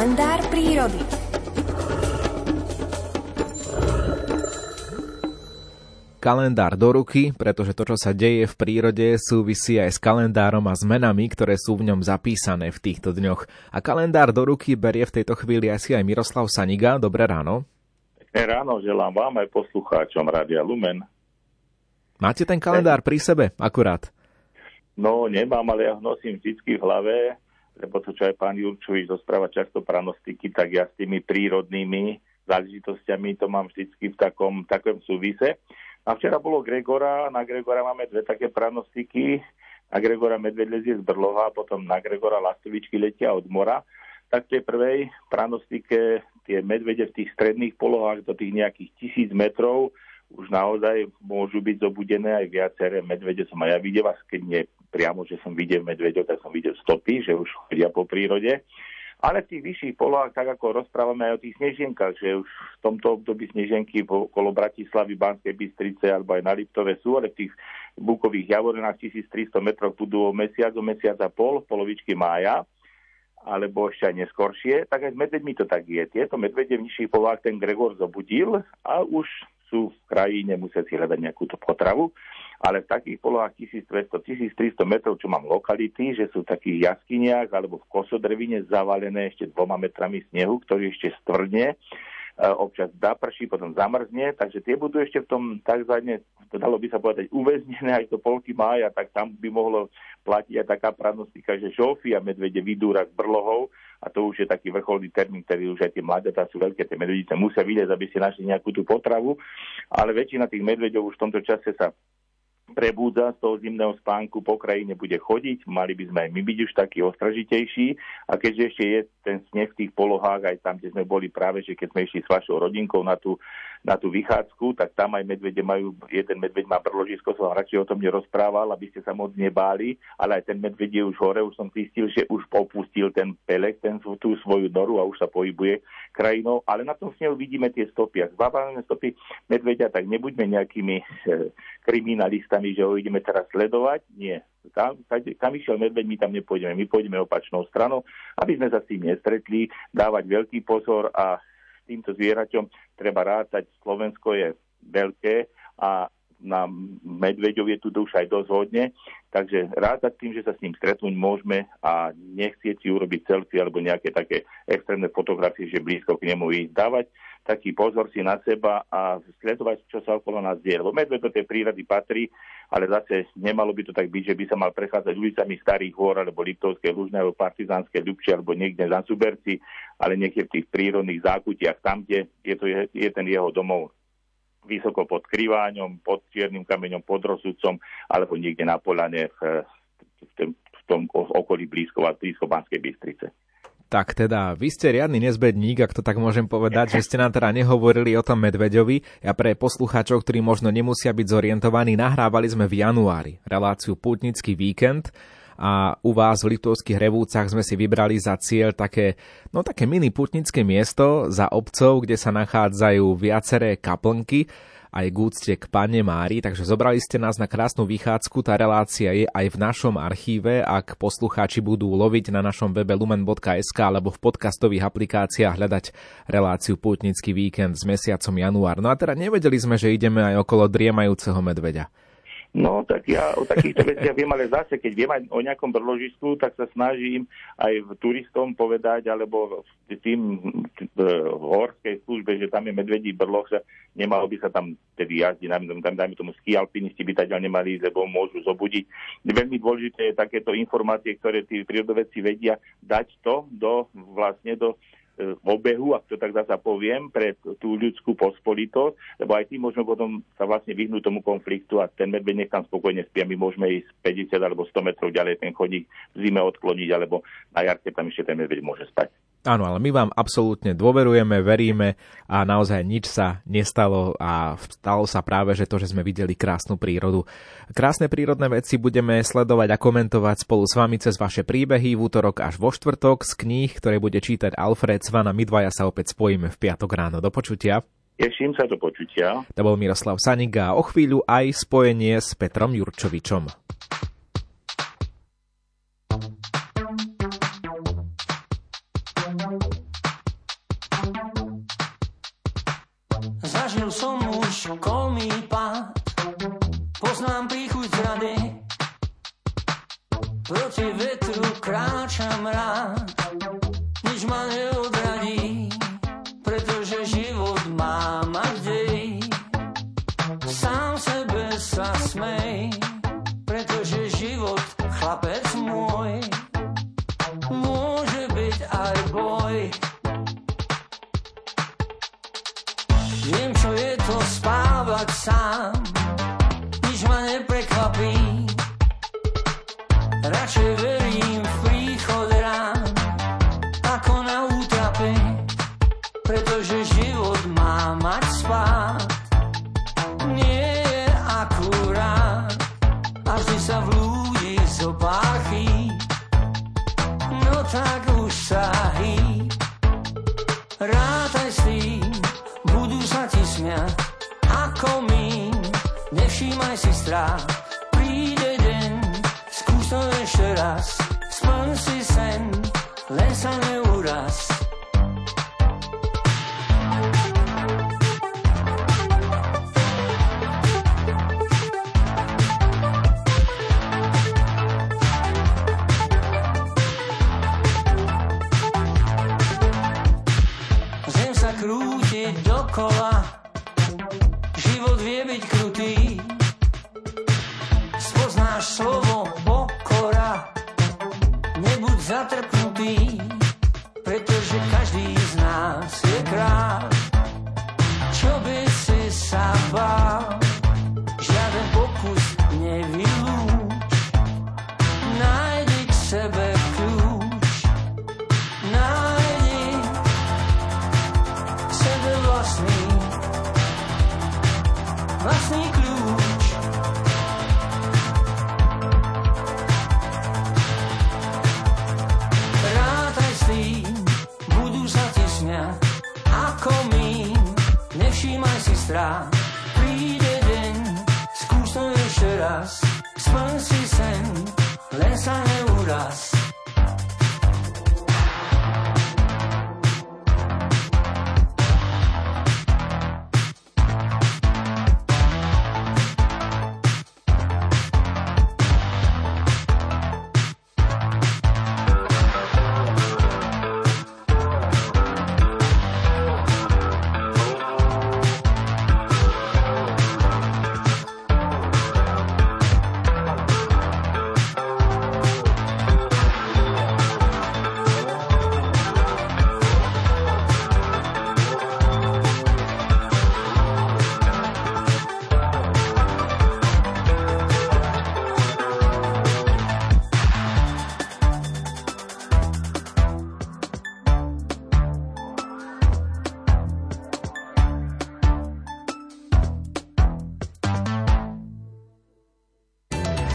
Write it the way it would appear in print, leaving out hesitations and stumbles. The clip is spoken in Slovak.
Kalendár prírody. Kalendár do ruky, pretože to, čo sa deje v prírode, súvisí aj s kalendárom a zmenami, ktoré sú v ňom zapísané v týchto dňoch. A kalendár do ruky berie v tejto chvíli asi aj Miroslav Saniga. Dobré ráno. Ráno želám vám aj poslucháčom Rádia Lumen. Máte ten kalendár pri sebe akurát? No, nemám, ale ja ho nosím vždycky v hlave, lebo to, čo aj pán Jurčovič rozpráva často pranostiky, tak ja s tými prírodnými záležitosťami to mám vždycky v takom súvise. A včera bolo Gregora, na Gregora máme dve také pranostiky. Na Gregora medveď lezie z brloha, a potom na Gregora lastovičky letia od mora. Tak v tej prvej pranostike tie medvede v tých stredných polohách do tých nejakých 1000 metrov už naozaj môžu byť zobudené aj viaceré medvede. Som aj ja videl, keď nie priamo, že som videl medveďov, tak som videl stopy, že už chodia po prírode. Ale v tých vyšších polohách, tak ako rozprávame aj o tých snežienkach, že už v tomto období snežienky okolo Bratislavy, Banskej Bystrice alebo aj na Liptove sú, ale v tých bukových javorinách 1300 metrov budú o mesiac a pol, v polovičky mája, alebo ešte aj neskoršie, tak aj s medveďmi to tak je. Tieto medvede v nižších polohách ten Gregor zobudil a už sú v krajine, musia si hľadať nejakú potravu, ale v takých polohách 1200-1300 metrov, čo mám lokality, že sú v takých jaskyniach alebo v kosodrevine zavalené ešte 2 metrami snehu, ktorý ešte stvrdne, občas zaprší, potom zamrzne, takže tie budú ešte v tom takzvané, dalo by sa povedať, uväznené aj do polky mája, tak tam by mohlo platiť aj taká pranostika, že žofy a medvede vydúra z brlohov, a to už je taký vrcholný termín, ktorý už aj tie mladetá sú veľké, tie medvedice musia vidieť, aby si našli nejakú tú potravu, ale väčšina tých medveďov už v tomto čase sa prebúdza z toho zimného spánku, po krajine bude chodiť, mali by sme aj my byť už takí ostražitejší, a keďže ešte je ten sneh v tých polohách, aj tam, kde sme boli práve, že keď sme išli s vašou rodinkou na tú vychádzku, tak tam aj medvede majú, jeden medveď má brložisko, som radšej o tom nerozprával, aby ste sa moc nebáli, ale aj ten medveď je už hore, už som zistil, že už opustil ten pelek, tú svoju noru a už sa pohybuje krajinou, ale na tom snehu vidíme tie stopy. Ak zbávame stopy medveďa, tak nebuďme nejakými kriminalistami, že ho ideme teraz sledovať. Nie. Kam išiel medveď, my tam nepôjdeme. My pôjdeme opačnou stranou, aby sme sa s tým nestretli, dávať veľký pozor, a s týmto zvieraťom treba rátať. Slovensko je veľké a na medveďov je tu už aj dosť hodne, takže rátať tým, že sa s ním stretnúť môžeme a nechcieť si urobiť selfie alebo nejaké také extrémne fotografie, že blízko k nemu ísť. Dávať taký pozor si na seba a sledovať, čo sa okolo nás deje. Lebo medveď do tej prírody patrí, ale zase nemalo by to tak byť, že by sa mal prechádzať ulicami Starých hôr alebo Liptovskej, Lužnej alebo Partizánskej Ľubči alebo niekde na Suberci, ale niekde v tých prírodných zákutiach, tam, kde je ten jeho domov vysoko pod Kriváňom, pod Čiernym kameňom, pod Rosudcom, alebo niekde na Polane v tom okolí blízko Banskej Bystrice. Tak teda, vy ste riadny nezbedník, ak to tak môžem povedať, že ste nám teda nehovorili o tom medveďovi. Ja pre poslucháčov, ktorí možno nemusia byť zorientovaní, nahrávali sme v januári reláciu Pútnický víkend, a u vás v Liptovských Revúcach sme si vybrali za cieľ také mini pútnické miesto za obcov, kde sa nachádzajú viaceré kaplnky, aj k úcte k Panne Márii, takže zobrali ste nás na krásnu vychádzku. Tá relácia je aj v našom archíve, ak poslucháči budú loviť na našom webe lumen.sk alebo v podcastových aplikáciách hľadať reláciu Pútnický víkend s mesiacom január. No a teda nevedeli sme, že ideme aj okolo driemajúceho medveďa. No, tak ja o takýchto veciach viem, ale zase, keď viem aj o nejakom brložisku, tak sa snažím aj turistom povedať, alebo tým v horskej službe, že tam je medvedí brloh, že nemalo by sa tam tedy jazdiť, dajme tomu ski alpinisti by tak nemali, lebo môžu zobudiť. Veľmi dôležité je takéto informácie, ktoré tí prírodovedci vedia dať to do obehu, ak to tak zasa poviem, pre tú ľudskú pospolitosť, lebo aj tým môžeme potom sa vlastne vyhnúť tomu konfliktu a ten medveď nech tam spokojne spí a my môžeme ísť 50 alebo 100 metrov ďalej ten chodík v zime odkloniť, alebo na jarke tam ešte ten medveď môže spať. Áno, ale my vám absolútne dôverujeme, veríme a naozaj nič sa nestalo a stalo sa práve, že to, že sme videli krásnu prírodu. Krásne prírodné veci budeme sledovať a komentovať spolu s vami cez vaše príbehy v útorok až vo štvrtok z kníh, ktoré bude čítať Alfred Cvan, a my dvaja sa opäť spojíme v piatok ráno. Do počutia. Teším sa, do počutia. To bol Miroslav Saniga a o chvíľu aj spojenie s Petrom Jurčovičom. proti vetru kráčam rád, nič ma neodradí, pretože život má mať dej. Sám sebe sa smej, pretože život, chlapec môj, môže byť aj boj. Viem, čo je to spávať sám, nič ma neprekvapí, radšej verím v príchod rán, ako na útrape, pretože život má mať spát. Nie je akurát, a vždy sa vľúdi zo pár chýb, no tak už sa hýb. Rátaj s tým, budú sa ti smiať, ako my, nevšímaj si strach. Príde deň, skús to ešte raz, splň si sen, len sa neuraz. Zem sa krúti dokola, život vie byť krutý, spoznáš slovo pokora, nebuď zatrpnutý, pretože každý z nás je kráľ. Čo by si sa bál, žiaden pokus nevylúč, nájdi k sebe kľúč, nájdi k sebe vlastný kľúč. Rátaj s tým, budú sa ti smiať, ako my, nevšímaj si strach.